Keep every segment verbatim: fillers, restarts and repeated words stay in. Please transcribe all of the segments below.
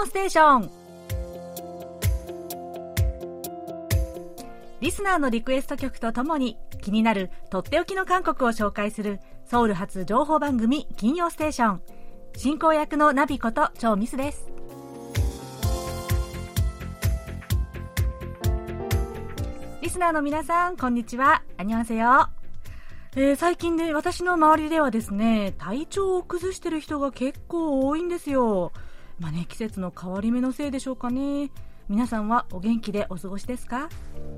曜ステーション。リスナーのリクエスト曲とともに気になるとっておきの韓国を紹介するソウル発情報番組金曜ステーション。進行役のナビことチョウミスです。リスナーの皆さんこんにちは。アニョンセヨ。えー、最近ね、私の周りではですね、体調を崩してる人が結構多いんですよ。まあね、季節の変わり目のせいでしょうかね。皆さんはお元気でお過ごしですか？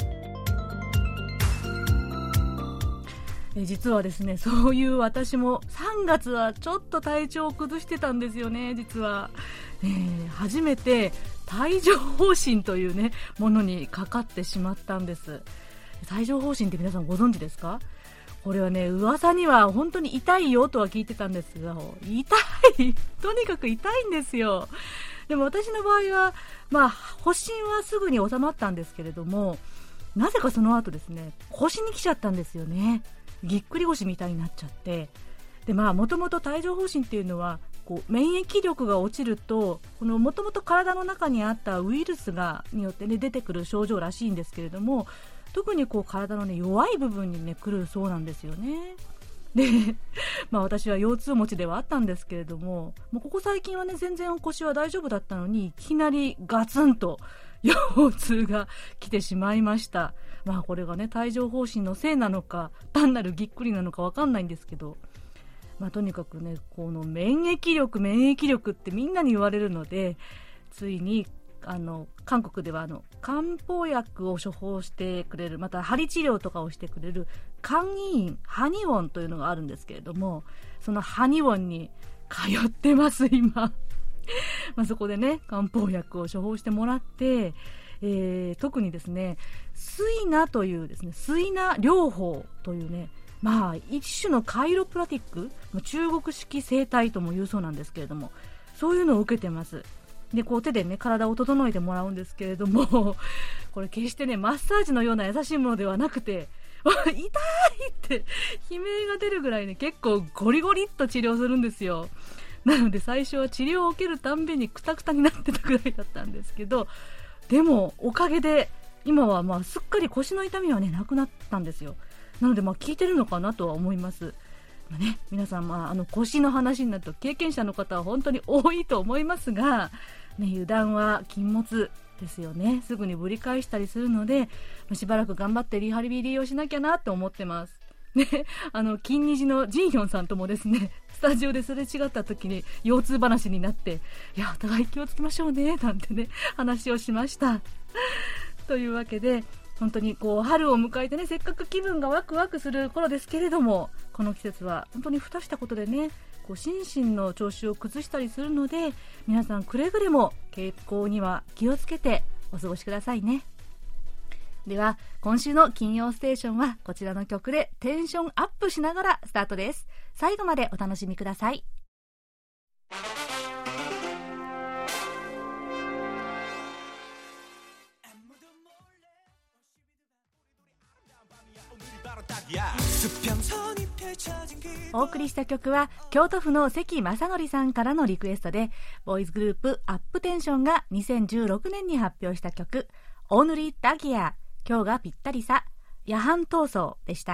えー、実はですね、そういう私もさんがつはちょっと体調を崩してたんですよね。実は、えー、初めて帯状疱疹というねものにかかってしまったんです。帯状疱疹って皆さんご存知ですか？これはね、噂には本当に痛いよとは聞いてたんですが、痛いとにかく痛いんですよ。でも私の場合は、まあ、発疹はすぐに収まったんですけれども、なぜかその後ですね、腰に来ちゃったんですよね。ぎっくり腰みたいになっちゃって。で、まあ、もともと帯状疱疹っていうのは、こう免疫力が落ちると、このもともと体の中にあったウイルスがによってね出てくる症状らしいんですけれども、特にこう体の、ね、弱い部分に、ね、来るそうなんですよね。で、まあ、私は腰痛持ちではあったんですけれども、もうここ最近は、ね、全然腰は大丈夫だったのに、いきなりガツンと腰痛が来てしまいました。まあ、これが、ね、帯状疱疹のせいなのか単なるぎっくりなのか分かんないんですけど、まあ、とにかく、ね、この免疫力免疫力ってみんなに言われるので、ついにあの韓国ではあの漢方薬を処方してくれる、また針治療とかをしてくれる漢医院ハニウォンというのがあるんですけれども、そのハニウォンに通ってます今まあそこでね漢方薬を処方してもらって、えー、特にですね水ナというですね水ナ療法というね、まあ一種のカイロプラティック、中国式整体とも言うそうなんですけれども、そういうのを受けてます。で、こう手でね体を整えてもらうんですけれども、これ決してねマッサージのような優しいものではなくて、痛いって悲鳴が出るぐらいね結構ゴリゴリっと治療するんですよ。なので最初は治療を受けるたんびにクタクタになってたぐらいだったんですけど、でもおかげで今はまあすっかり腰の痛みはねなくなったんですよ。なのでまあ効いてるのかなとは思います。まあね、皆さん、まあ、あの腰の話になると経験者の方は本当に多いと思いますが、ね、油断は禁物ですよね。すぐにぶり返したりするので、まあ、しばらく頑張ってリハビリをしなきゃなって思ってます、ね、あの金虹のジンヒョンさんともですねスタジオですれ違った時に腰痛話になって、いやお互い気をつけましょうねなんてね話をしましたというわけで、本当にこう春を迎えてね、せっかく気分がワクワクする頃ですけれども、この季節は本当にふとしたことでねこう心身の調子を崩したりするので、皆さんくれぐれも健康には気をつけてお過ごしくださいね。では今週の金曜ステーションはこちらの曲でテンションアップしながらスタートです。最後までお楽しみください。お送りした曲は京都府の関正則さんからのリクエストで、ボーイズグループアップテンションがにせんじゅうろくねんに発表した曲オーヌリ・ダギア、今日がぴったりさ夜半闘争でした。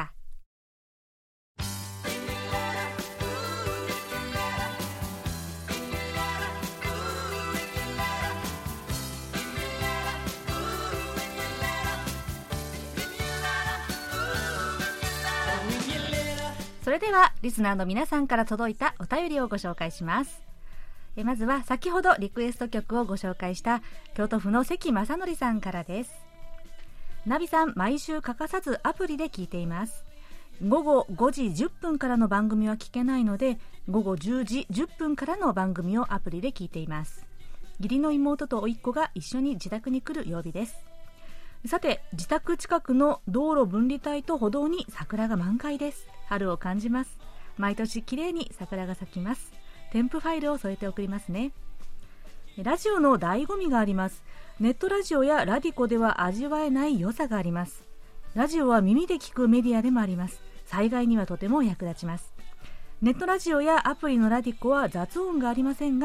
それではリスナーの皆さんから届いたお便りをご紹介します。えまずは先ほどリクエスト曲をご紹介した京都府の関正則さんからです。ナビさん、毎週欠かさずアプリで聞いています。午後ごじじゅっぷんからの番組は聞けないので、午後じゅうじじゅっぷんからの番組をアプリで聞いています。義理の妹と甥っ子が一緒に自宅に来る曜日です。さて、自宅近くの道路分離帯と歩道に桜が満開です。春を感じます。毎年綺麗に桜が咲きます。添付ファイルを添えて送りますね。ラジオの醍醐味があります。ネットラジオやラディコでは味わえない良さがあります。ラジオは耳で聞くメディアでもあります。災害にはとても役立ちます。ネットラジオやアプリのラディコは雑音がありませんが、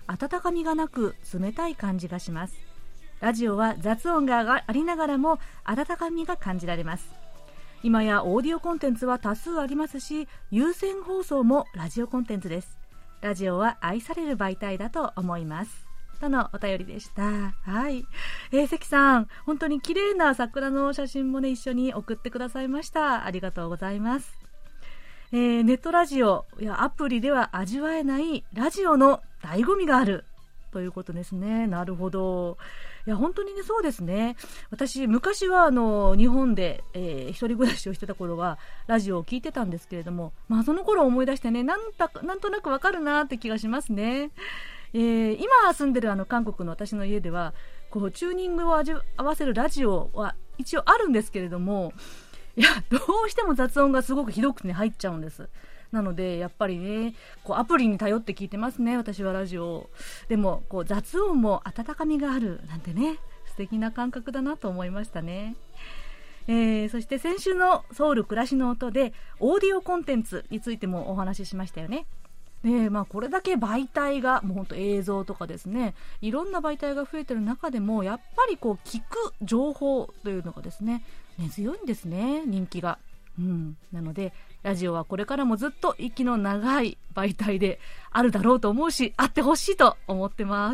温かみがなく冷たい感じがします。ラジオは雑音がありながらも温かみが感じられます。今やオーディオコンテンツは多数ありますし、有線放送もラジオコンテンツです。ラジオは愛される媒体だと思いますとのお便りでした。はい、えー、関さん、本当に綺麗な桜の写真もね一緒に送ってくださいました。ありがとうございます。えー、ネットラジオやアプリでは味わえないラジオの醍醐味があるということですね。なるほど。いや本当にね、そうですね。私昔はあの日本で、えー、一人暮らしをしてた頃はラジオを聞いてたんですけれども、まあその頃思い出してね、なんだなんとなくわかるなって気がしますね。えー、今住んでるあの韓国の私の家ではこうチューニングを味合わせるラジオは一応あるんですけれども、いやどうしても雑音がすごくひどくて、ね、入っちゃうんです。なのでやっぱりね、こうアプリに頼って聞いてますね、私はラジオ。でもこう雑音も温かみがあるなんてね、素敵な感覚だなと思いましたね。えー、そして先週のソウル暮らしの音でオーディオコンテンツについてもお話ししましたよね。でまあ、これだけ媒体がもう本当映像とかですね、いろんな媒体が増えてる中でもやっぱりこう聞く情報というのがですね根強いんですね、人気が。うん、なのでラジオはこれからもずっと息の長い媒体であるだろうと思うし、あってほしいと思ってます。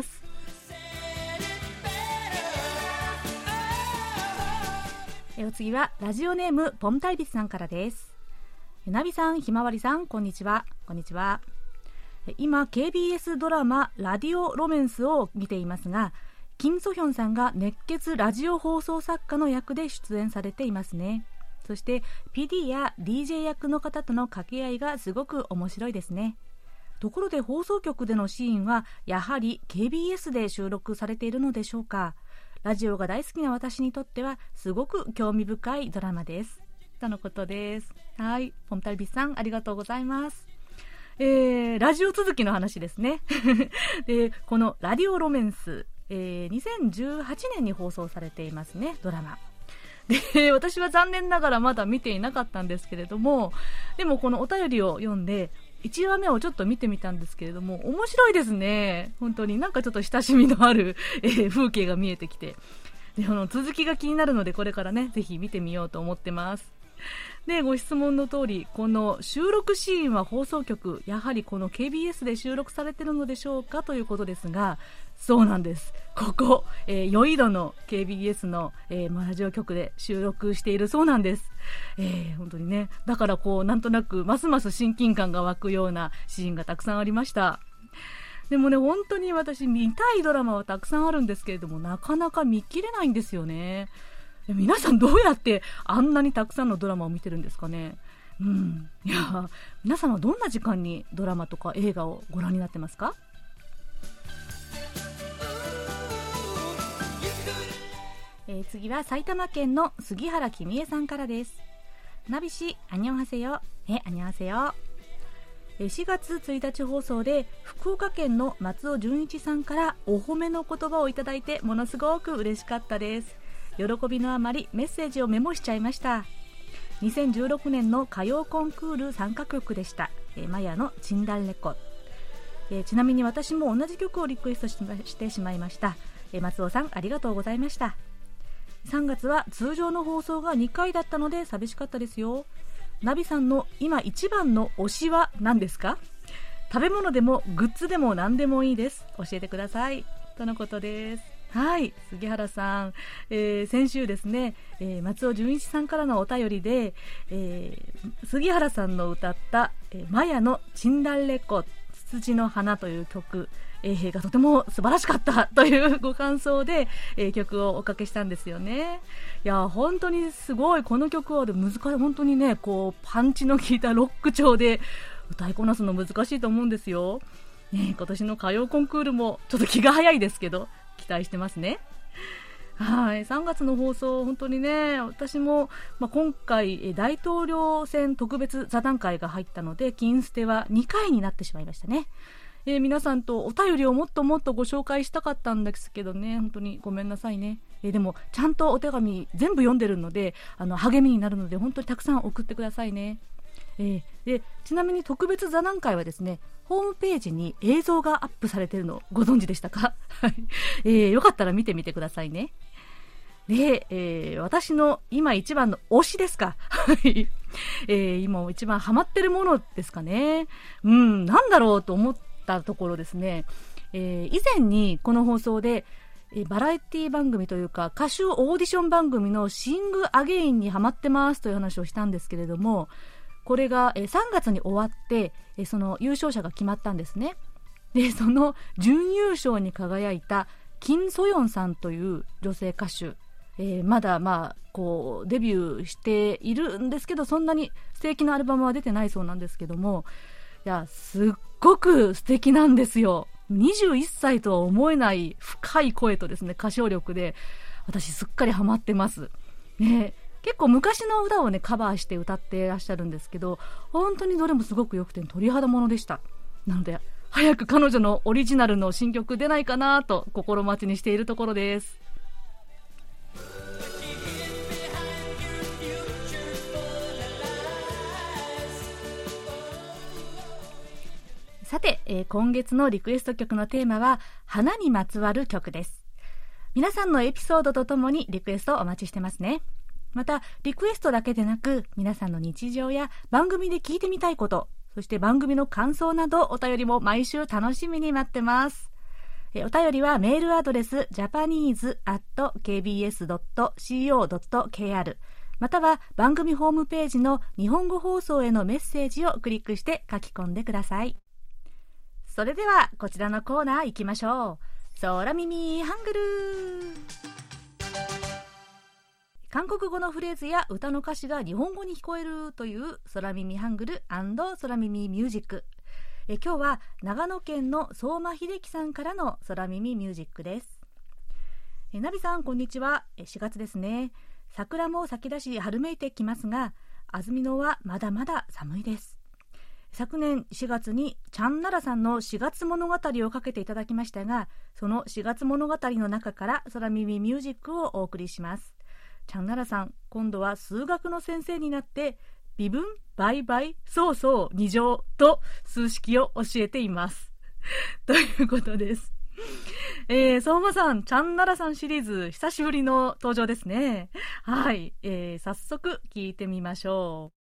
えお次はラジオネームポンタイビスさんからです。ナビさん、ひまわりさん、こんにちは。こんにちは。今 ケービーエス ドラマラディオロメンスを見ていますが、キム・ソヒョンさんが熱血ラジオ放送作家の役で出演されていますね。そして ピーディー や ディージェー 役の方との掛け合いがすごく面白いですね。ところで放送局でのシーンはやはり ケービーエス で収録されているのでしょうか。ラジオが大好きな私にとってはすごく興味深いドラマですとのことです。はい、ポンタルビスさん、ありがとうございます。えー、ラジオ続きの話ですねでこのラディオロメンス、えー、にせんじゅうはちねんに放送されていますね、ドラマで。私は残念ながらまだ見ていなかったんですけれども、でもこのお便りを読んでいちわめをちょっと見てみたんですけれども、面白いですね。本当になんかちょっと親しみのある、えー、風景が見えてきて、でこの続きが気になるのでこれからねぜひ見てみようと思ってます。でご質問の通り、この収録シーンは放送局やはりこの ケービーエス で収録されているのでしょうかということですが、そうなんです。ここ、えー、ヨイドの ケービーエス の、えー、ラジオ局で収録しているそうなんです。えー、本当にね、だからこうなんとなくますます親近感が湧くようなシーンがたくさんありました。でもね、本当に私見たいドラマはたくさんあるんですけれども、なかなか見切れないんですよね。皆さんどうやってあんなにたくさんのドラマを見てるんですかね。うん、いや皆さんはどんな時間にドラマとか映画をご覧になってますか？えー、次は埼玉県の杉原君江さんからです。ナビシ、アニョンハセヨ。え、アニョンハセヨ。しがつついたち放送で福岡県の松尾純一さんからお褒めの言葉をいただいてものすごく嬉しかったです。喜びのあまりメッセージをメモしちゃいました。にせんじゅうろくねんの歌謡コンクール参加曲でした。えマヤのチンダンレコ。えちなみに私も同じ曲をリクエスト し, してしまいました。え松尾さん、ありがとうございました。さんがつは通常の放送がにかいだったので寂しかったですよ。ナビさんの今一番の推しは何ですか？食べ物でもグッズでも何でもいいです。教えてくださいとのことです。はい、杉原さん、えー、先週ですね、えー、松尾純一さんからのお便りで、えー、杉原さんの歌った、えー、マヤのチンダンレコツツジの花という曲、えー、がとても素晴らしかったというご感想で、えー、曲をおかけしたんですよね。いや本当にすごい、この曲は難しい、本当にねこうパンチの効いたロック調で歌いこなすの難しいと思うんですよ、ね、今年の歌謡コンクールもちょっと気が早いですけど期待してますね。はい、さんがつの放送本当にね、私も、まあ、今回大統領選特別座談会が入ったので金ステはにかいになってしまいましたね。えー、皆さんとお便りをもっともっとご紹介したかったんですけどね、本当にごめんなさいね。えー、でもちゃんとお手紙全部読んでるのであの励みになるので本当にたくさん送ってくださいね。 えー、でちなみに特別座談会はですね、ホームページに映像がアップされているのをご存知でしたか？えー、よかったら見てみてくださいね。で、えー、私の今一番の推しですか。えー、今一番ハマってるものですかね。うん、なんだろうと思ったところですね、えー、以前にこの放送で、えー、バラエティ番組というか歌手オーディション番組のシングアゲインにハマってますという話をしたんですけれども、これが、えー、さんがつに終わって、えー、その優勝者が決まったんですね。で、その準優勝に輝いた金ソヨンさんという女性歌手、えー、まだまあこうデビューしているんですけど、そんなに素敵なアルバムは出てないそうなんですけども、いやすっごく素敵なんですよ。にじゅういっさいとは思えない深い声とですね、歌唱力で私すっかりハマってます、ね、結構昔の歌をねカバーして歌っていらっしゃるんですけど、本当にどれもすごく良くて鳥肌ものでした。なので早く彼女のオリジナルの新曲出ないかなと心待ちにしているところです。さて、えー、今月のリクエスト曲のテーマは花にまつわる曲です。皆さんのエピソードとともにリクエストをお待ちしてますね。またリクエストだけでなく、皆さんの日常や番組で聞いてみたいこと、そして番組の感想などお便りも毎週楽しみに待ってます。えー、お便りはメールアドレス ジャパニーズ アット ケービーエス ドット シーオー ドット ケーアール または番組ホームページの日本語放送へのメッセージをクリックして書き込んでください。それではこちらのコーナー行きましょう。空耳ハングル。韓国語のフレーズや歌の歌詞が日本語に聞こえるという空耳ハングル&空耳ミュージック。え今日は長野県の相馬秀樹さんからの空耳ミュージックです。えナビさんこんにちは。えしがつですね。桜も咲き出し春めいてきますが、安曇野はまだまだ寒いです。昨年しがつにチャンナラさんのしがつ物語をかけていただきましたが、そのしがつ物語の中から空耳ミュージックをお送りします。チャンナラさん、今度は数学の先生になって微分、倍々、相相、二乗と数式を教えていますということです。えー、相馬さん、チャンナラさんシリーズ久しぶりの登場ですね。はい、えー、早速聞いてみましょう。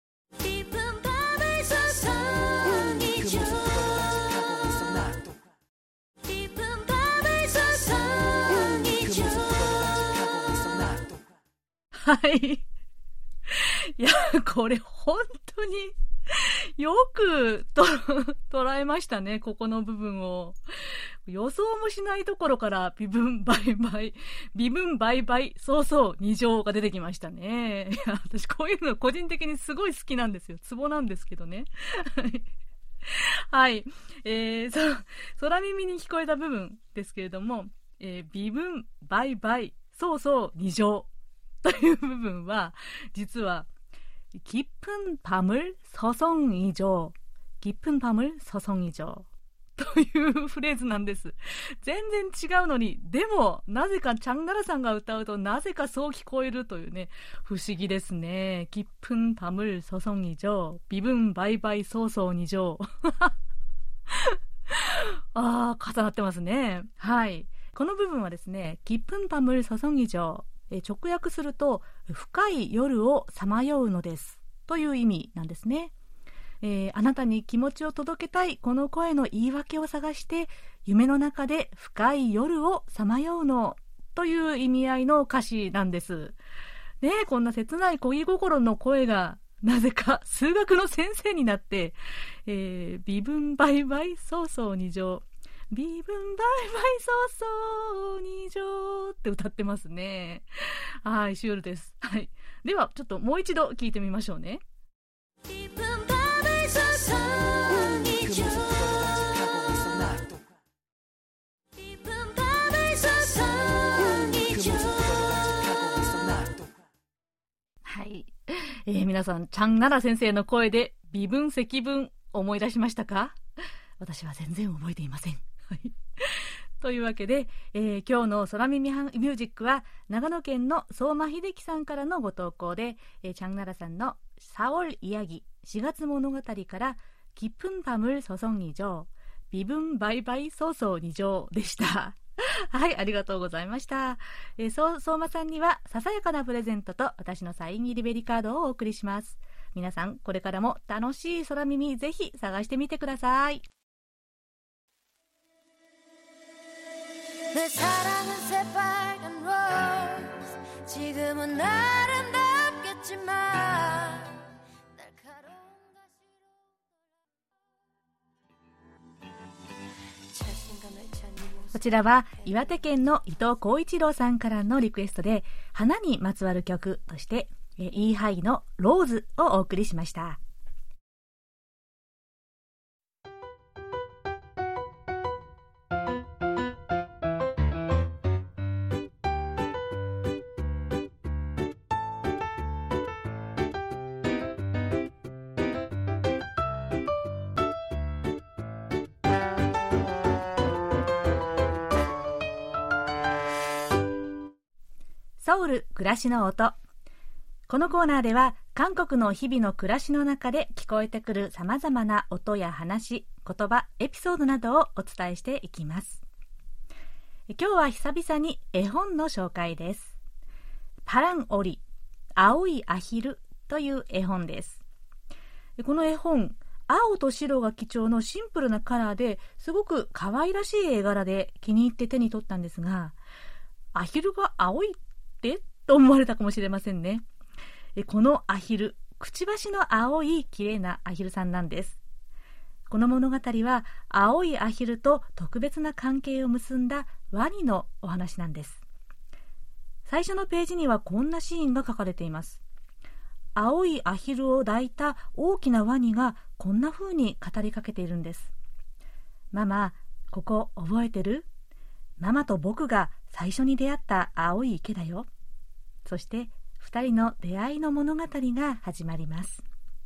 はい。いや、これ本当によくと捉えましたね、ここの部分を。予想もしないところから微分倍々、微分倍々、相相二乗が出てきましたね。いや、私こういうの個人的にすごい好きなんですよ。ツボなんですけどね。はい。えー、そ、空耳に聞こえた部分ですけれども、えー、微分倍々、相相二乗という部分は、実は깊은 밤을 서성이죠。깊은 밤을 서성이죠。というフレーズなんです。全然違うのに、でもなぜかチャンナラさんが歌うとなぜかそう聞こえるというね、不思議ですね。깊은 밤을 서성이죠。微分倍々相相二乗。あー、重なってますね。はい。この部分はですね、깊은 밤을 서성이죠。直訳すると深い夜をさまようのですという意味なんですね。えー、あなたに気持ちを届けたいこの声の言い訳を探して夢の中で深い夜をさまようのという意味合いの歌詞なんです。ねえ、こんな切ない恋心の声がなぜか数学の先生になって、えー、微分倍々相相二乗、微分倍々相相二乗って歌ってますね。はい、シュールです。はい。ではちょっともう一度聞いてみましょうね。微分倍々相相二乗、微分倍々相相二乗。はい、えー、皆さんチャンナラ先生の声で微分積分思い出しましたか？私は全然覚えていません。 というわけで、えー、今日の空耳ミュージックは長野県の相馬秀樹さんからのご投稿で、えー、チャンナラさんの사월 이야기しがつ物語から깊은 밤을 서성이죠ビブンバイバイソソ二乗でしたはい、ありがとうございました。えー、そう相馬さんにはささやかなプレゼントと私のサイン入りベリカードをお送りします。皆さんこれからも楽しい空耳ぜひ探してみてください。こちらは岩手県の伊藤浩一郎さんからのリクエストで、花にまつわる曲としてイーハイのローズをお送りしました。ソウル暮らしの音。このコーナーでは韓国の日々の暮らしの中で聞こえてくるさまざまな音や話、言葉、エピソードなどをお伝えしていきます。今日は久々に絵本の紹介です。パランオリ、青いアヒルという絵本です。この絵本、青と白が基調のシンプルなカラーですごく可愛らしい絵柄で気に入って手に取ったんですが、アヒルが青いってと思われたかもしれませんね。このアヒル、くちばしの青い綺麗なアヒルさんなんです。この物語は青いアヒルと特別な関係を結んだワニのお話なんです。最初のページにはこんなシーンが書かれています。青いアヒルを抱いた大きなワニがこんな風に語りかけているんです。ママ、ここ覚えてる？ママと僕が最初に出会った青い池だよ。そして二人の出会いの物語が始まります。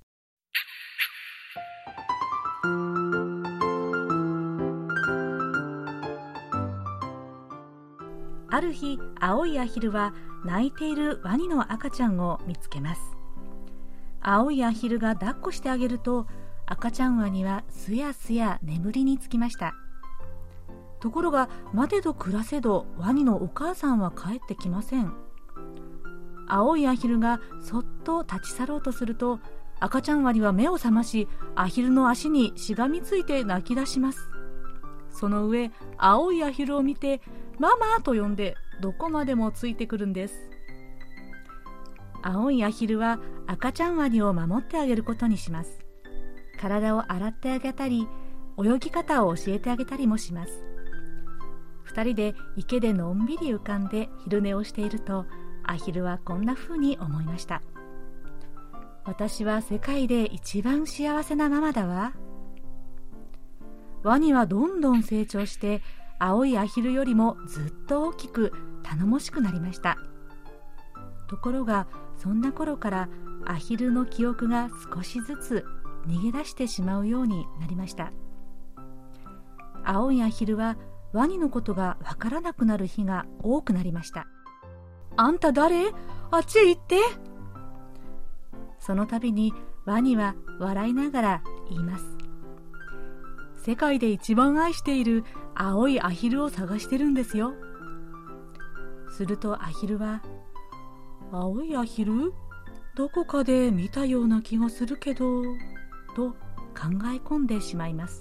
ある日、青いアヒルは泣いているワニの赤ちゃんを見つけます。青いアヒルが抱っこしてあげると、赤ちゃんワニはすやすや眠りにつきました。ところが待てど暮らせどワニのお母さんは帰ってきません。青いアヒルがそっと立ち去ろうとすると、赤ちゃんワニは目を覚まし、アヒルの足にしがみついて泣き出します。その上、青いアヒルを見てママと呼んでどこまでもついてくるんです。青いアヒルは赤ちゃんワニを守ってあげることにします。体を洗ってあげたり、泳ぎ方を教えてあげたりもします。二人で池でのんびり浮かんで昼寝をしていると、アヒルはこんな風に思いました。私は世界で一番幸せなママだわ。ワニはどんどん成長して、青いアヒルよりもずっと大きく頼もしくなりました。ところがそんな頃からアヒルの記憶が少しずつ逃げ出してしまうようになりました。青いアヒルはワニのことがわからなくなる日が多くなりました。あんた誰？あっちへ行って。その度にワニは笑いながら言います。世界で一番愛している青いアヒルを探してるんですよ。するとアヒルは、青いアヒル？どこかで見たような気がするけど、と考え込んでしまいます。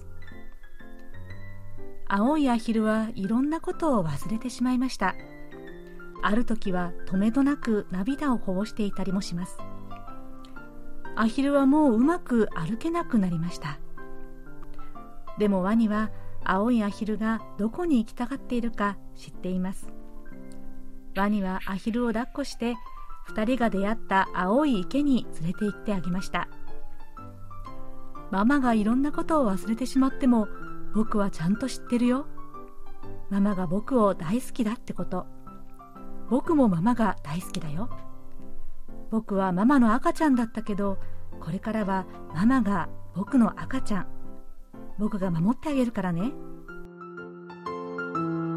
青いアヒルはいろんなことを忘れてしまいました。ある時はとめどなく涙をこぼしていたりもします。アヒルはもううまく歩けなくなりました。でもワニは青いアヒルがどこに行きたがっているか知っています。ワニはアヒルを抱っこして二人が出会った青い池に連れて行ってあげました。ママがいろんなことを忘れてしまっても僕はちゃんと知ってるよ。ママが僕を大好きだってこと。僕もママが大好きだよ。僕はママの赤ちゃんだったけど、これからはママが僕の赤ちゃん。僕が守ってあげるからね。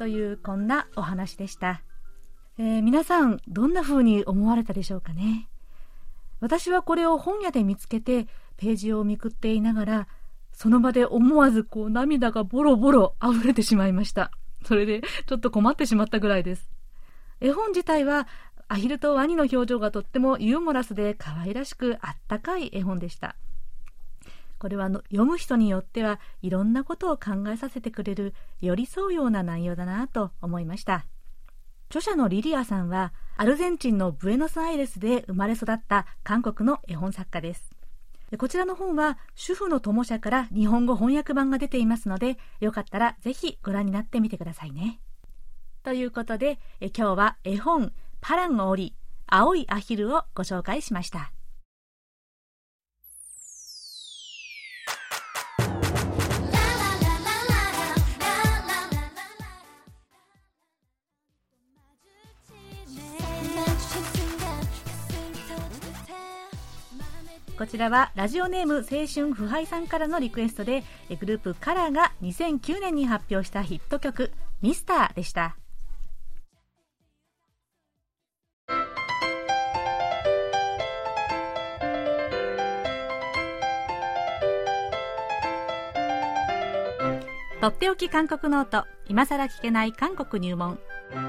というこんなお話でした。えー、皆さんどんな風に思われたでしょうかね。私はこれを本屋で見つけてページをめくっていながら、その場で思わずこう涙がボロボロ溢れてしまいました。それでちょっと困ってしまったぐらいです。絵本自体はアヒルとワニの表情がとってもユーモラスで可愛らしくあったかい絵本でした。これはの読む人によってはいろんなことを考えさせてくれる寄り添うような内容だなと思いました。著者のリリアさんはアルゼンチンのブエノスアイレスで生まれ育った韓国の絵本作家です。こちらの本は主婦の友社から日本語翻訳版が出ていますので、よかったらぜひご覧になってみてくださいね。ということでえ今日は絵本パランオリ青いアヒルをご紹介しました。こちらはラジオネーム青春腐敗さんからのリクエストで、グループカラーがにせんきゅうねんに発表したヒット曲ミスターでした。とっておき韓国ノート、今さら聞けない韓国入門。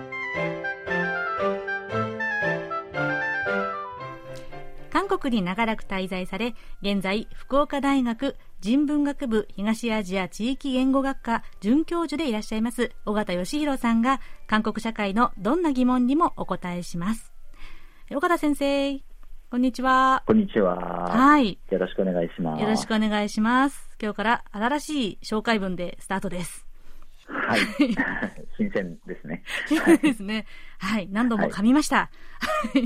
韓国に長らく滞在され、現在福岡大学人文学部東アジア地域言語学科准教授でいらっしゃいます尾形義弘さんが、韓国社会のどんな疑問にもお答えします。尾形先生、こんにちは。 こんにちは。 はい。 よろしくお願いします。 よろしくお願いします。今日から新しい紹介文でスタートです。 はい。新鮮ですね。 新鮮ですね。はい。何度も噛みました。はい、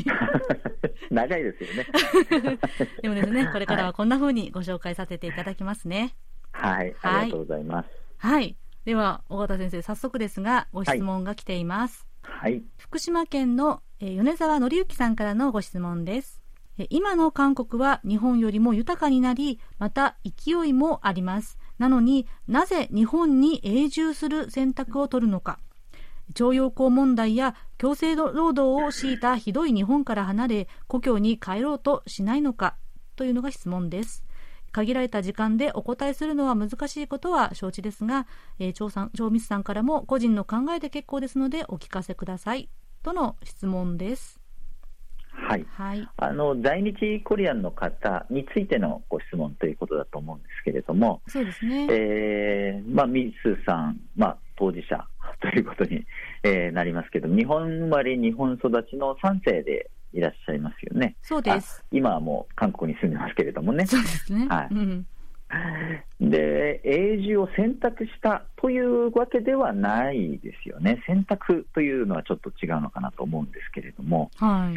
長いですよね。 でもですね、これからはこんな風にご紹介させていただきますね。 はい。ありがとうございます。 はい。では、尾形先生、早速ですが、ご質問が来ています。 はい。 福島県の米沢紀之さんからのご質問です。今の韓国は日本よりも豊かになり、また勢いもあります。なのになぜ日本に永住する選択を取るのか。徴用工問題や強制労働を強いたひどい日本から離れ、故郷に帰ろうとしないのかというのが質問です。限られた時間でお答えするのは難しいことは承知ですが、えー、張さん、張ミスさんからも個人の考えで結構ですのでお聞かせくださいとの質問です。 はい、はい、あの在日コリアンの方についてのご質問ということだと思うんですけれども、 そうですね、 えーまあ、ミスさん、まあ、当事者ということに、えー、なりますけど、日本生まれ日本育ちのさん世でいらっしゃいますよね。 そうです。 今はもう韓国に住んでますけれどもね。 そうですね、 はい、 うん、 で永住を選択したというわけではないですよね。選択というのはちょっと違うのかなと思うんですけれども、 はい、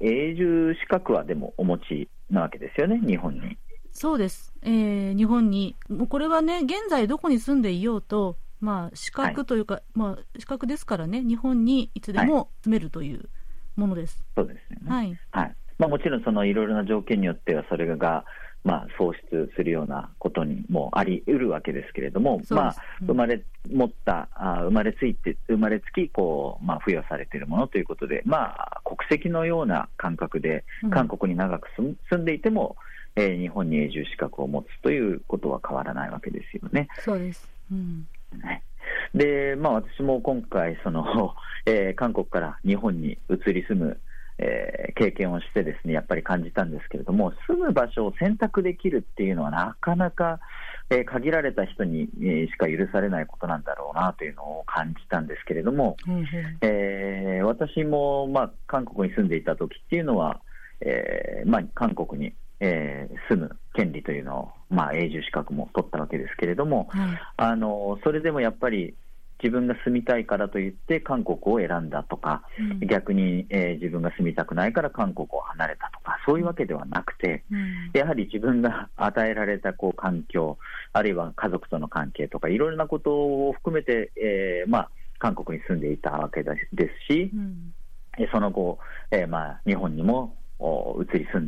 永住資格はでもお持ちなわけですよね、日本に。 そうです、えー、日本にもうこれはね、現在どこに住んでいようと、まあ、資格というか、はい、まあ、資格ですからね、日本にいつでも住めるというものです。 はい、そうですよね、 はいはい、まあ、もちろんそのいろいろな条件によってはそれがまあ、喪失するようなことにもあり得るわけですけれども、まあ、生まれ持ったあ生まれついて生まれつきこう、まあ、付与されているものということで、まあ、国籍のような感覚で韓国に長く住んでいても、うん、えー、日本に永住資格を持つということは変わらないわけですよね。 そうです、うん、 ね。で、まあ、私も今回その、えー、韓国から日本に移り住むえー、経験をしてですね、やっぱり感じたんですけれども、住む場所を選択できるっていうのはなかなか、えー、限られた人に、えー、しか許されないことなんだろうなというのを感じたんですけれども、うんうん、えー、私も、まあ、韓国に住んでいた時っていうのは、えーまあ、韓国に、えー、住む権利というのを、まあ、永住資格も取ったわけですけれども、うん、あのそれでもやっぱり自分が住みたいからといって韓国を選んだとか、うん、逆に、えー、自分が住みたくないから韓国を離れたとか、そういうわけではなくて、うん、やはり自分が与えられたこう環境、あるいは家族との関係とかいろいろなことを含めて、えーまあ、韓国に住んでいたわけですし、うん、その後、えーまあ、日本にも移り住んだと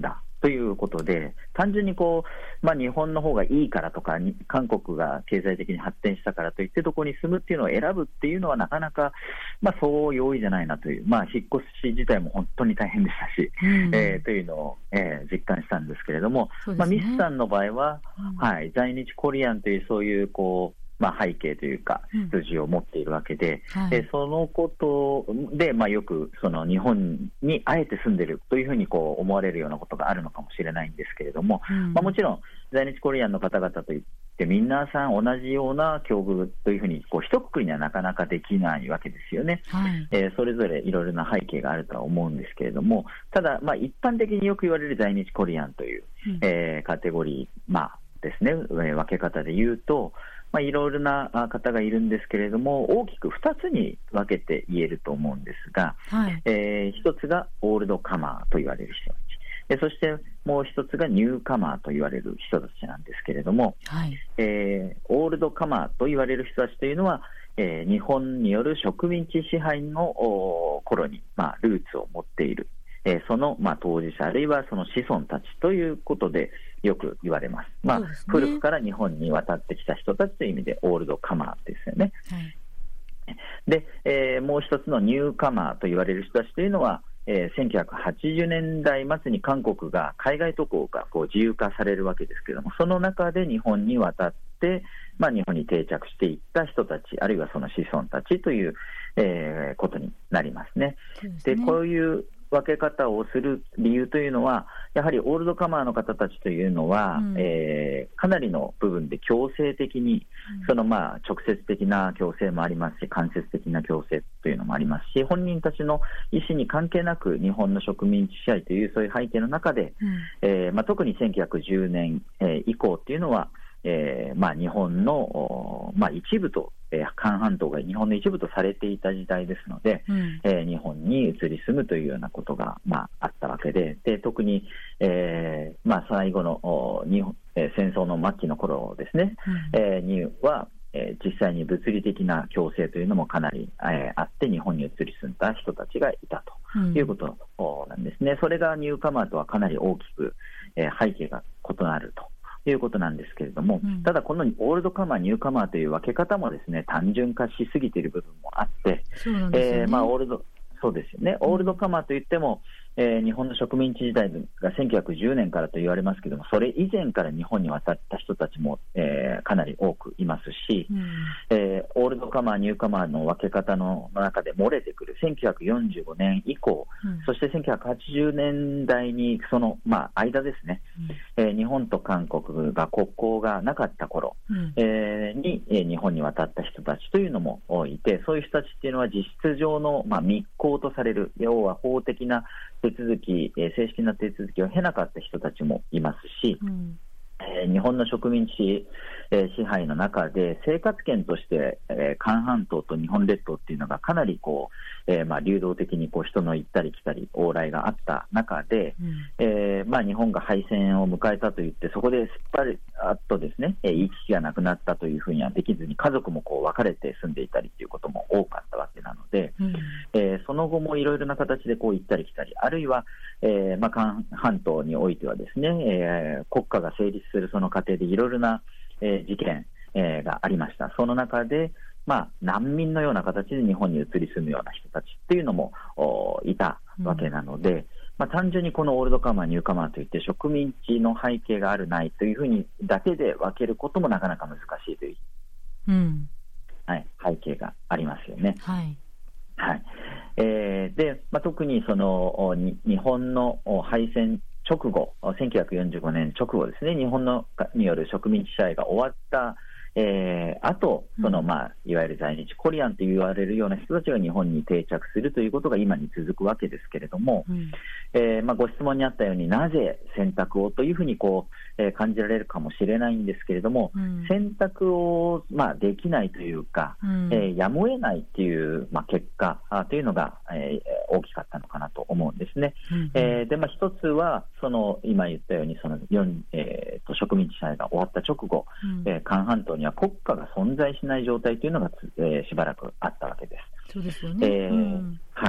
ということで、単純にこう、まあ、日本の方がいいからとか、韓国が経済的に発展したからといってどこに住むっていうのを選ぶっていうのはなかなか、まあ、そう容易じゃないなという、まあ、引っ越し自体も本当に大変でしたし、うん、えー、というのを、えー、実感したんですけれども、ね、まあ、ミスさんの場合は、うん、はい、在日コリアンというそういうこうまあ、背景というか出自を持っているわけで、うん、はい、えそのことで、まあ、よくその日本にあえて住んでいるというふうにこう思われるようなことがあるのかもしれないんですけれども、うん、まあ、もちろん在日コリアンの方々といって皆さん同じような境遇というふうにこう一括りにはなかなかできないわけですよね、はい、えー、それぞれいろいろな背景があるとは思うんですけれども、ただ、まあ、一般的によく言われる在日コリアンという、うん、えー、カテゴリー、まあですね、分け方で言うと、まあ、いろいろな方がいるんですけれども、大きくふたつに分けて言えると思うんですが、はい、えー、ひとつがオールドカマーと言われる人たち、えそしてもうひとつがニューカマーと言われる人たちなんですけれども、はい、えー、オールドカマーと言われる人たちというのは、えー、日本による植民地支配の頃に、まあ、ルーツを持っている、えー、その、まあ、当事者あるいはその子孫たちということでよく言われます。まあ、ね、古くから日本に渡ってきた人たちという意味でオールドカマーですよね、はい、で、えー、もう一つのニューカマーと言われる人たちというのは、えー、せんきゅうひゃくはちじゅうねんだい末に韓国が海外渡航がこう自由化されるわけですけれども、その中で日本に渡って、まあ、日本に定着していった人たちあるいはその子孫たちという、えー、ことになりますね。で、こういう分け方をする理由というのは、やはりオールドカマーの方たちというのは、うん、えー、かなりの部分で強制的に、うん、そのまあ直接的な強制もありますし、間接的な強制というのもありますし、本人たちの意思に関係なく日本の植民地支配というそういう背景の中で、うん、えーまあ、特にせんきゅうひゃくじゅうねん、えー、以降というのは、えーまあ、日本の、まあ、一部と、えー、韓半島が日本の一部とされていた時代ですので、うん、えー、日本に移り住むというようなことが、まあ、あったわけで、で特に、えーまあ、最後の日本、えー、戦争の末期の頃ですね、うん、えー、には、えー、実際に物理的な強制というのもかなり、えー、あって日本に移り住んだ人たちがいたということなんですね、うん、それがニューカマーとはかなり大きく、えー、背景が異なるということなんですけれども、うん、ただこのオールドカマー、ニューカマーという分け方もですね、単純化しすぎている部分もあって、そうなんですよね。えーまあ、オールドそうですよね、オールドカマーといっても、えー、日本の植民地時代がせんきゅうひゃくじゅうねんからと言われますけれども、それ以前から日本に渡った人たちも、えー、かなり多くいますし、うん、えー、オールドカマー、ニューカマーの分け方の中で漏れてくるせんきゅうひゃくよんじゅうごねん以降、うん、そしてせんきゅうひゃくはちじゅうねんだいにその、まあ、間ですね、うん、えー、日本と韓国が国交がなかった頃、うん、えー、に、えー、日本に渡った人たちというのもいて、そういう人たちっていうのは実質上の、まあ、密航とされる、要は法的な手続き、えー、正式な手続きを経なかった人たちもいますし、うん、えー、日本の植民地、えー、支配の中で生活圏として、えー、韓半島と日本列島っていうのがかなりこう、えーまあ、流動的にこう人の行ったり来たり往来があった中で、うん、えーまあ、日本が敗戦を迎えたといってそこですっぱりあっとですね、えー、行き来がなくなったというふうにはできずに家族もこう別れて住んでいたりということも多かったわけなので、うん、えー、その後もいろいろな形でこう行ったり来たり、あるいは、えーまあ、韓半島においてはですね、えー、国家が成立するその過程でいろいろな、えー、事件、えー、がありました。その中で、まあ、難民のような形で日本に移り住むような人たちっていうのもいたわけなので、うん、まあ、単純にこのオールドカマー、ニューカマーといって植民地の背景があるないというふうにだけで分けることもなかなか難しいという、うん、はい、背景がありますよね。はいはい、えー、で、まあ、特にその日本の敗戦直後、せんきゅうひゃくよんじゅうごねん直後ですね、日本のによる植民地支配が終わったえー、あとその、まあ、いわゆる在日コリアンと言われるような人たちが日本に定着するということが今に続くわけですけれども、うん、えーまあ、ご質問にあったようになぜ選択をというふうにこう、えー、感じられるかもしれないんですけれども、うん、選択を、まあ、できないというか、うん、えー、やむを得ないという、まあ、結果あというのが、えー、大きかったのかなと思うんですね。うん、えーでまあ、一つはその今言ったようにその、えー、と植民地支配が終わった直後、うん、えー、韓半島には国家が存在しない状態というのが、えー、しばらくあったわけです。 そうですよね。えーうん、はい。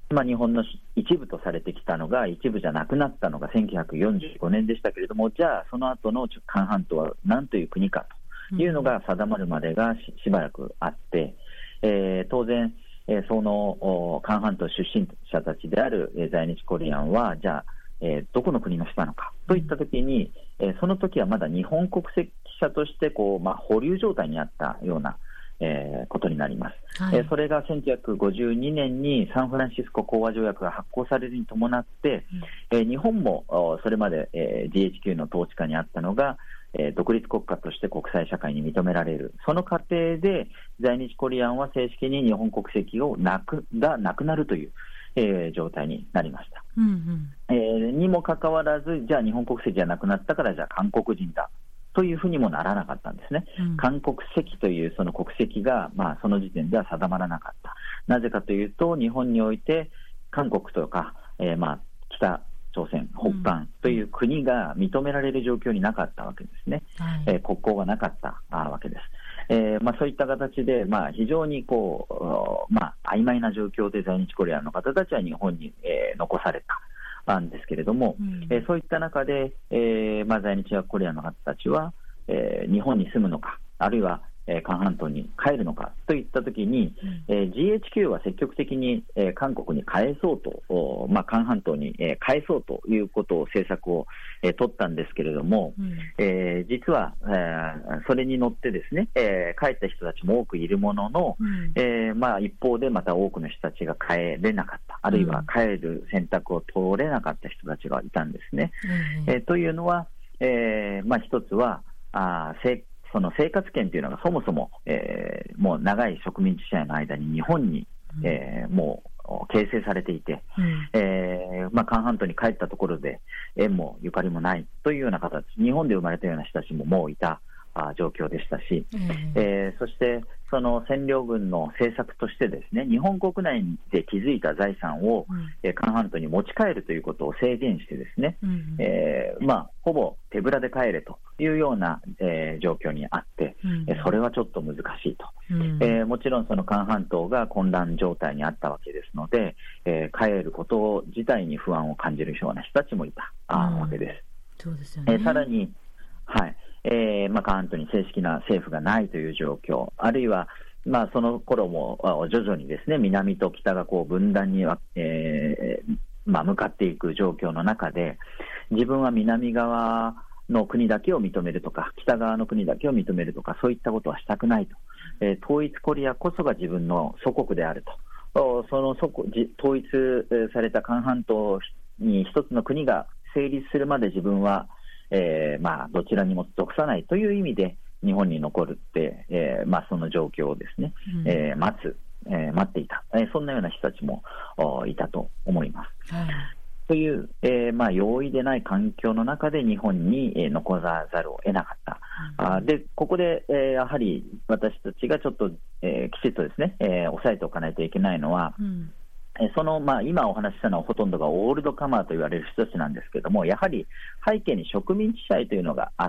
まあ、日本の一部とされてきたのが一部じゃなくなったのがせんきゅうひゃくよんじゅうごねんでしたけれども、じゃあその後の韓半島は何という国かというのが定まるまでが し, しばらくあって、えー、当然、えー、その韓半島出身者たちである、えー、在日コリアンはじゃあ、えー、どこの国の人なのかといったときに、えー、その時はまだ日本国籍者としてこう、まあ、保留状態にあったようなえー、ことになります、はい。えー、それがせんきゅうひゃくごじゅうにねんにサンフランシスコ講和条約が発効されるに伴って、うん、えー、日本もそれまで、えー、ジーエイチキュー の統治下にあったのが、えー、独立国家として国際社会に認められる。その過程で在日コリアンは正式に日本国籍をなくがなくなるという、えー、状態になりました、うんうん。えー、にもかかわらず、じゃあ日本国籍がなくなったからじゃあ韓国人だというふうにもならなかったんですね、うん、韓国籍というその国籍が、まあ、その時点では定まらなかった。なぜかというと、日本において韓国とか、えーまあ、北朝鮮、北韓という国が認められる状況になかったわけですね、はい。えー、国交がなかったわけです。えーまあ、そういった形で、まあ、非常にこう、まあ、曖昧な状況で在日コリアンの方たちは日本に、えー、残されたなんですけれども、うん、えー、そういった中で、えーまあ、在日コリアンの方たちは、えー、日本に住むのか、あるいは、えー、韓半島に帰るのかといったときに、うん、えー、ジーエイチキュー は積極的に、えー、韓国に返そうと、まあ、韓半島に、えー、返そうということを政策を、えー、取ったんですけれども、うん、えー、実は、えー、それに乗ってですね、えー、帰った人たちも多くいるものの、うん、えーまあ、一方でまた多くの人たちが帰れなかった、あるいは帰る選択を取れなかった人たちがいたんですね、うん、えー、というのは、えーまあ、一つはあその生活圏というのがそもそも、えー、もう長い植民地支配の間に日本に、うんえー、もう形成されていて、うんえーまあ、韓半島に帰ったところで縁もゆかりもないというような形、日本で生まれたような人たちももういたあ状況でしたし、うんえー、そしてその占領軍の政策としてですね、日本国内で築いた財産を、うんえー、韓半島に持ち帰るということを制限してですね、うんえーまあ、ほぼ手ぶらで帰れというような、えー、状況にあって、うん、それはちょっと難しいと、うんえー、もちろんその韓半島が混乱状態にあったわけですので、えー、帰ること自体に不安を感じるような人たちもいた、うん、わけです。 そうですよね。 えー、さらに、はいえーまあ、韓半島に正式な政府がないという状況、あるいは、まあ、その頃も徐々にですね、南と北がこう分断に、えーまあ、向かっていく状況の中で、自分は南側の国だけを認めるとか、北側の国だけを認めるとか、そういったことはしたくないと、えー、統一コリアこそが自分の祖国であると、その祖国統一された韓半島に一つの国が成立するまで自分はえーまあ、どちらにも属さないという意味で日本に残るって、えーまあ、その状況をですね、うんえー、待つ、えー、待っていた、えー、そんなような人たちもいたと思います、はい、という、えーまあ、容易でない環境の中で日本に、えー、残らざるを得なかった、うん、あでここで、えー、やはり私たちがちょっと、えー、きちっとですね、えー、押さえておかないといけないのは、うんそのまあ、今お話ししたのはほとんどがオールドカマーと言われる人たちなんですけれども、やはり背景に植民地支配というのがあって、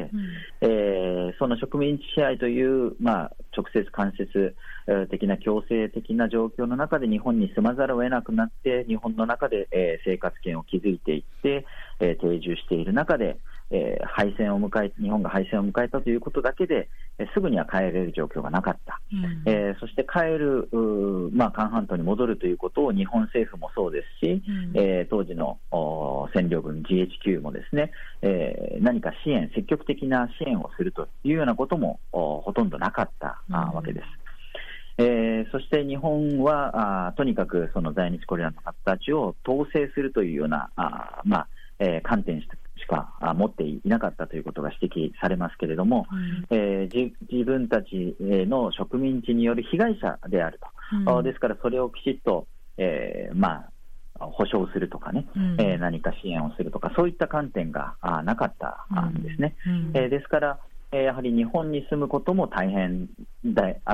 うんえー、その植民地支配という、まあ、直接間接的な強制的な状況の中で日本に住まざるを得なくなって日本の中で、えー、生活圏を築いていって、えー、定住している中で、えー、敗戦を迎え日本が敗戦を迎えたということだけで、えー、すぐには帰れる状況がなかった、うんえー、そして帰る、まあ、韓半島に戻るということを日本政府もそうですし、うんえー、当時の占領軍 ジーエイチキュー もですね、えー、何か支援積極的な支援をするというようなこともほとんどなかった、うん、わけです。えー、そして日本はあとにかくその在日コリアンの方たちを統制するというようなあ、まあえー、観点しか持っていなかったということが指摘されますけれども、うんえー、自分たちの植民地による被害者であると、うん、ですからそれをきちっと、えーまあ、保障するとかね、うんえー、何か支援をするとかそういった観点がなかったんですね、うんうんえー、ですからやはり日本に住むことも大変であった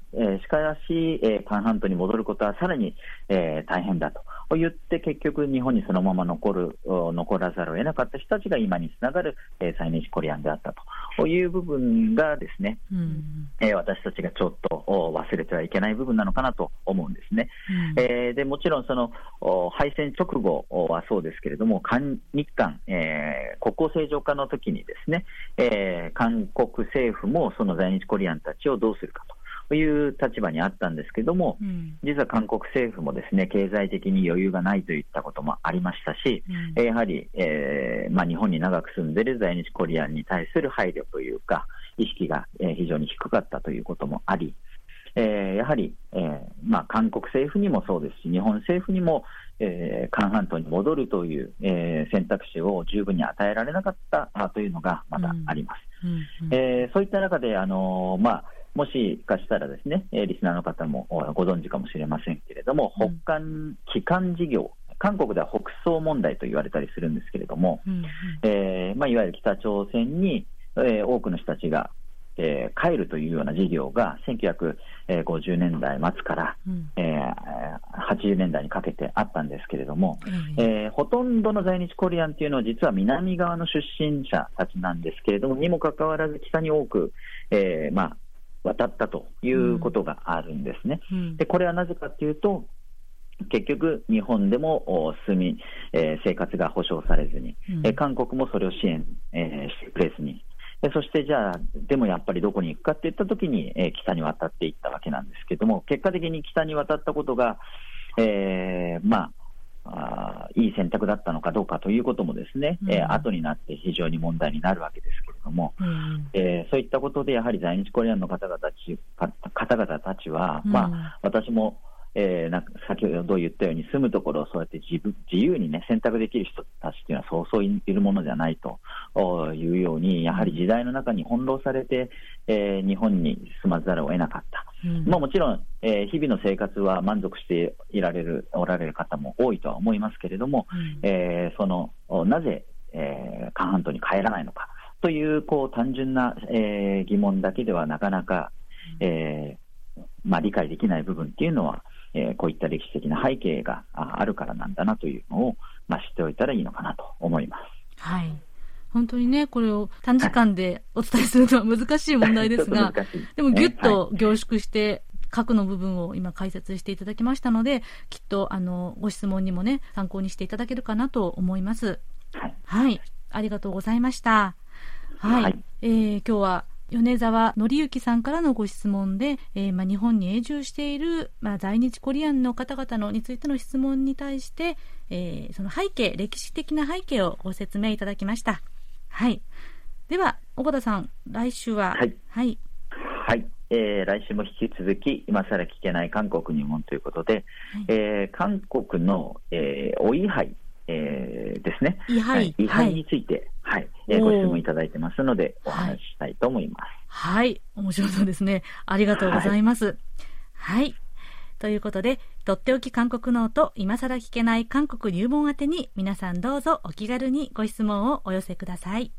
えー、しかし、えー、韓半島に戻ることはさらに、えー、大変だと言って結局日本にそのまま残る残らざるを得なかった人たちが今につながる、えー、在日コリアンであったという部分がですね、うんえー、私たちがちょっと忘れてはいけない部分なのかなと思うんですね、うんえー、でもちろんその敗戦直後はそうですけれども韓日韓、えー、国交正常化の時にですね、えー、韓国政府もその在日コリアンたちをどうするかという立場にあったんですけども、うん、実は韓国政府もですね経済的に余裕がないといったこともありましたし、うん、やはり、えーまあ、日本に長く住んでいる在日コリアンに対する配慮というか意識が、えー、非常に低かったということもあり、えー、やはり、えーまあ、韓国政府にもそうですし日本政府にも、えー、韓半島に戻るという、えー、選択肢を十分に与えられなかったというのがまだあります、うんうんうんえー、そういった中で、あのーまあもしかしたらですね、リスナーの方もご存知かもしれませんけれども、北韓帰還事業、韓国では北宋問題と言われたりするんですけれども、うんうんえーまあ、いわゆる北朝鮮に、えー、多くの人たちが、えー、帰るというような事業がせんきゅうひゃくごじゅうねんだい末から、うんえー、はちじゅうねんだいにかけてあったんですけれども、うんえー、ほとんどの在日コリアンというのは実は南側の出身者たちなんですけれども、にもかかわらず北に多く、えーまあ渡ったということがあるんですね、うん、でこれはなぜかというと結局日本でも住み、えー、生活が保障されずに、うんえー、韓国もそれを支援、えー、してくれずにでそしてじゃあでもやっぱりどこに行くかっていったときに、えー、北に渡っていったわけなんですけども結果的に北に渡ったことが、えー、まああいい選択だったのかどうかということもですね、うんえー、後になって非常に問題になるわけですけれども、うんえー、そういったことでやはり在日コリアンの方々たち、方々たちは、うんまあ、私も、えー、なんか先ほど言ったように住むところをそうやって 自, 分自由に、ね、選択できる人たちというのはそうそういるものじゃないというようにやはり時代の中に翻弄されて、えー、日本に住まざるを得なかった、うんまあ、もちろん、えー、日々の生活は満足していられるおられる方も多いとは思いますけれども、うんえー、そのなぜ、えー、韓半島に帰らないのかという、こう単純な、えー、疑問だけではなかなか、えーまあ、理解できない部分っていうのはえー、こういった歴史的な背景があるからなんだなというのを、まあ、知っておいたらいいのかなと思います。 はい、本当にねこれを短時間でお伝えするのは難しい問題ですがでもギュッと凝縮して核の部分を今解説していただきましたのできっとあのご質問にもね参考にしていただけるかなと思います。はい、はい、ありがとうございました。はい、はいえー、今日は米沢則之さんからのご質問で、えーまあ、日本に永住している、まあ、在日コリアンの方々のについての質問に対して、えー、その背景歴史的な背景をご説明いただきました。はい、では小保田さん来週ははい、はいはいえー、来週も引き続き今更聞けない韓国入門ということで、はいえー、韓国の、えー、お位牌えー、ですね。 位牌、 位牌について、はい、はい、ご質問いただいてますのでお話ししたいと思います。 はい、はい、面白そうですね。ありがとうございます。はい、はい、ということで、とっておき韓国ノート今更聞けない韓国入門宛てに皆さんどうぞお気軽にご質問をお寄せください。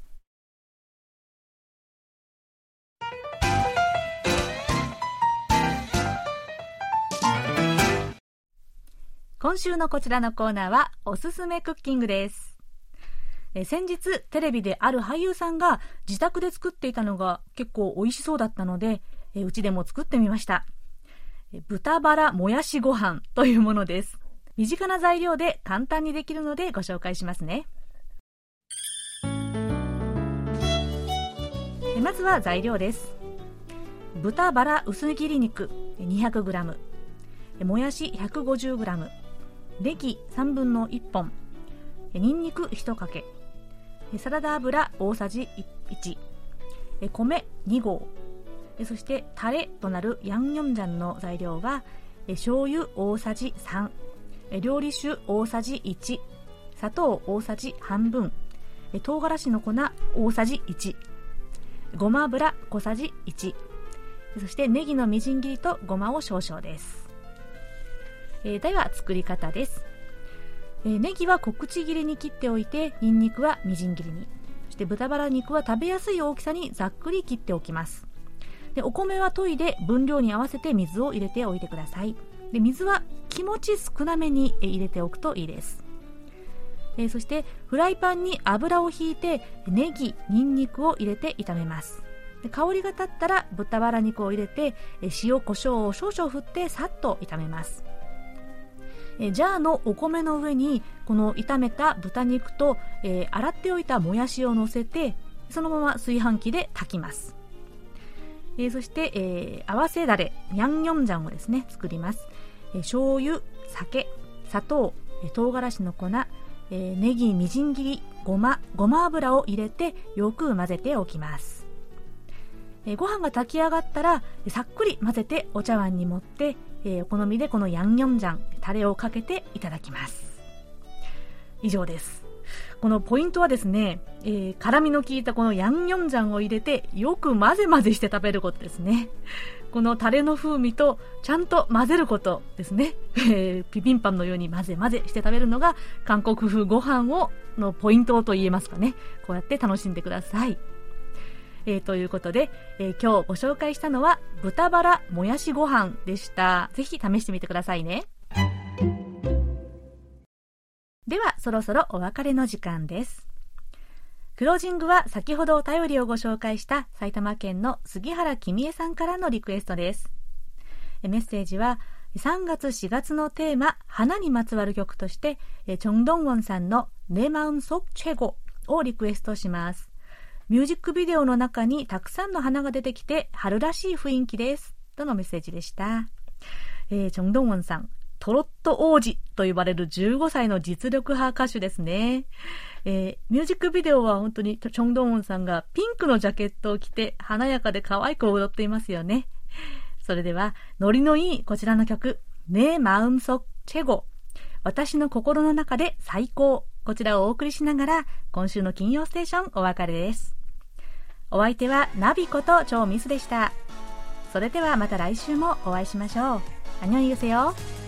今週のこちらのコーナーはおすすめクッキングです。え先日テレビである俳優さんが自宅で作っていたのが結構美味しそうだったのでえうちでも作ってみました。え豚バラもやしご飯というものです。身近な材料で簡単にできるのでご紹介しますね。えまずは材料です。豚バラ薄切り肉 にひゃくグラム、 もやし ひゃくごじゅうグラム、ネギさんぶんのいっぽん、にんにくいちかけ、サラダ油大さじいち、米にごう、そしてタレとなるヤンニョンジャンの材料は醤油大さじさん、料理酒大さじいち、砂糖大さじ半分、唐辛子の粉大さじいち、ごま油小さじいち、そしてネギのみじん切りとごまを少々です。えー、では作り方です。えー、ネギは小口切りに切っておいて、ニンニクはみじん切りに、そして豚バラ肉は食べやすい大きさにざっくり切っておきます。 でお米は研いで分量に合わせて水を入れておいてください。で水は気持ち少なめに入れておくといいです。えー、そしてフライパンに油をひいてネギ、ニンニクを入れて炒めます。で香りが立ったら豚バラ肉を入れて塩、コショウを少々振ってさっと炒めます。えジャーのお米の上にこの炒めた豚肉と、えー、洗っておいたもやしを乗せてそのまま炊飯器で炊きます。えー、そして、えー、合わせだれヤンニョンジャンをですね作ります。えー、醤油、酒、砂糖、えー、唐辛子の粉、えー、ネギみじん切り、ごま、ごま油を入れてよく混ぜておきます。えー、ご飯が炊き上がったらさっくり混ぜてお茶碗に盛って、えー、お好みでこのヤンニョンジャンタレをかけていただきます。以上です。このポイントはですね、えー、辛みの効いたこのヤンニョンジャンを入れてよく混ぜ混ぜして食べることですね。このタレの風味とちゃんと混ぜることですね。えー、ピピンパンのように混ぜ混ぜして食べるのが韓国風ご飯をのポイントと言えますかね。こうやって楽しんでください。えー、ということで、えー、今日ご紹介したのは豚バラもやしご飯でした。ぜひ試してみてくださいね。ではそろそろお別れの時間です。クロージングは先ほどお便りをご紹介した埼玉県の杉原君江さんからのリクエストです。メッセージはさんがつしがつのテーマ花にまつわる曲としてチョンドンウォンさんの내 마음 속 최고をリクエストします。ミュージックビデオの中にたくさんの花が出てきて春らしい雰囲気ですとのメッセージでした。えー、チョンドンウォンさん、トロット王子と呼ばれるじゅうごさいの実力派歌手ですね。えー、ミュージックビデオは本当にチョンドンウォンさんがピンクのジャケットを着て華やかで可愛く踊っていますよね。それではノリのいいこちらの曲내 마음 속 최고、私の心の中で最高、こちらをお送りしながら今週の金曜ステーションお別れです。お相手はナビことチョウミスでした。それではまた来週もお会いしましょう。안녕히 계세요。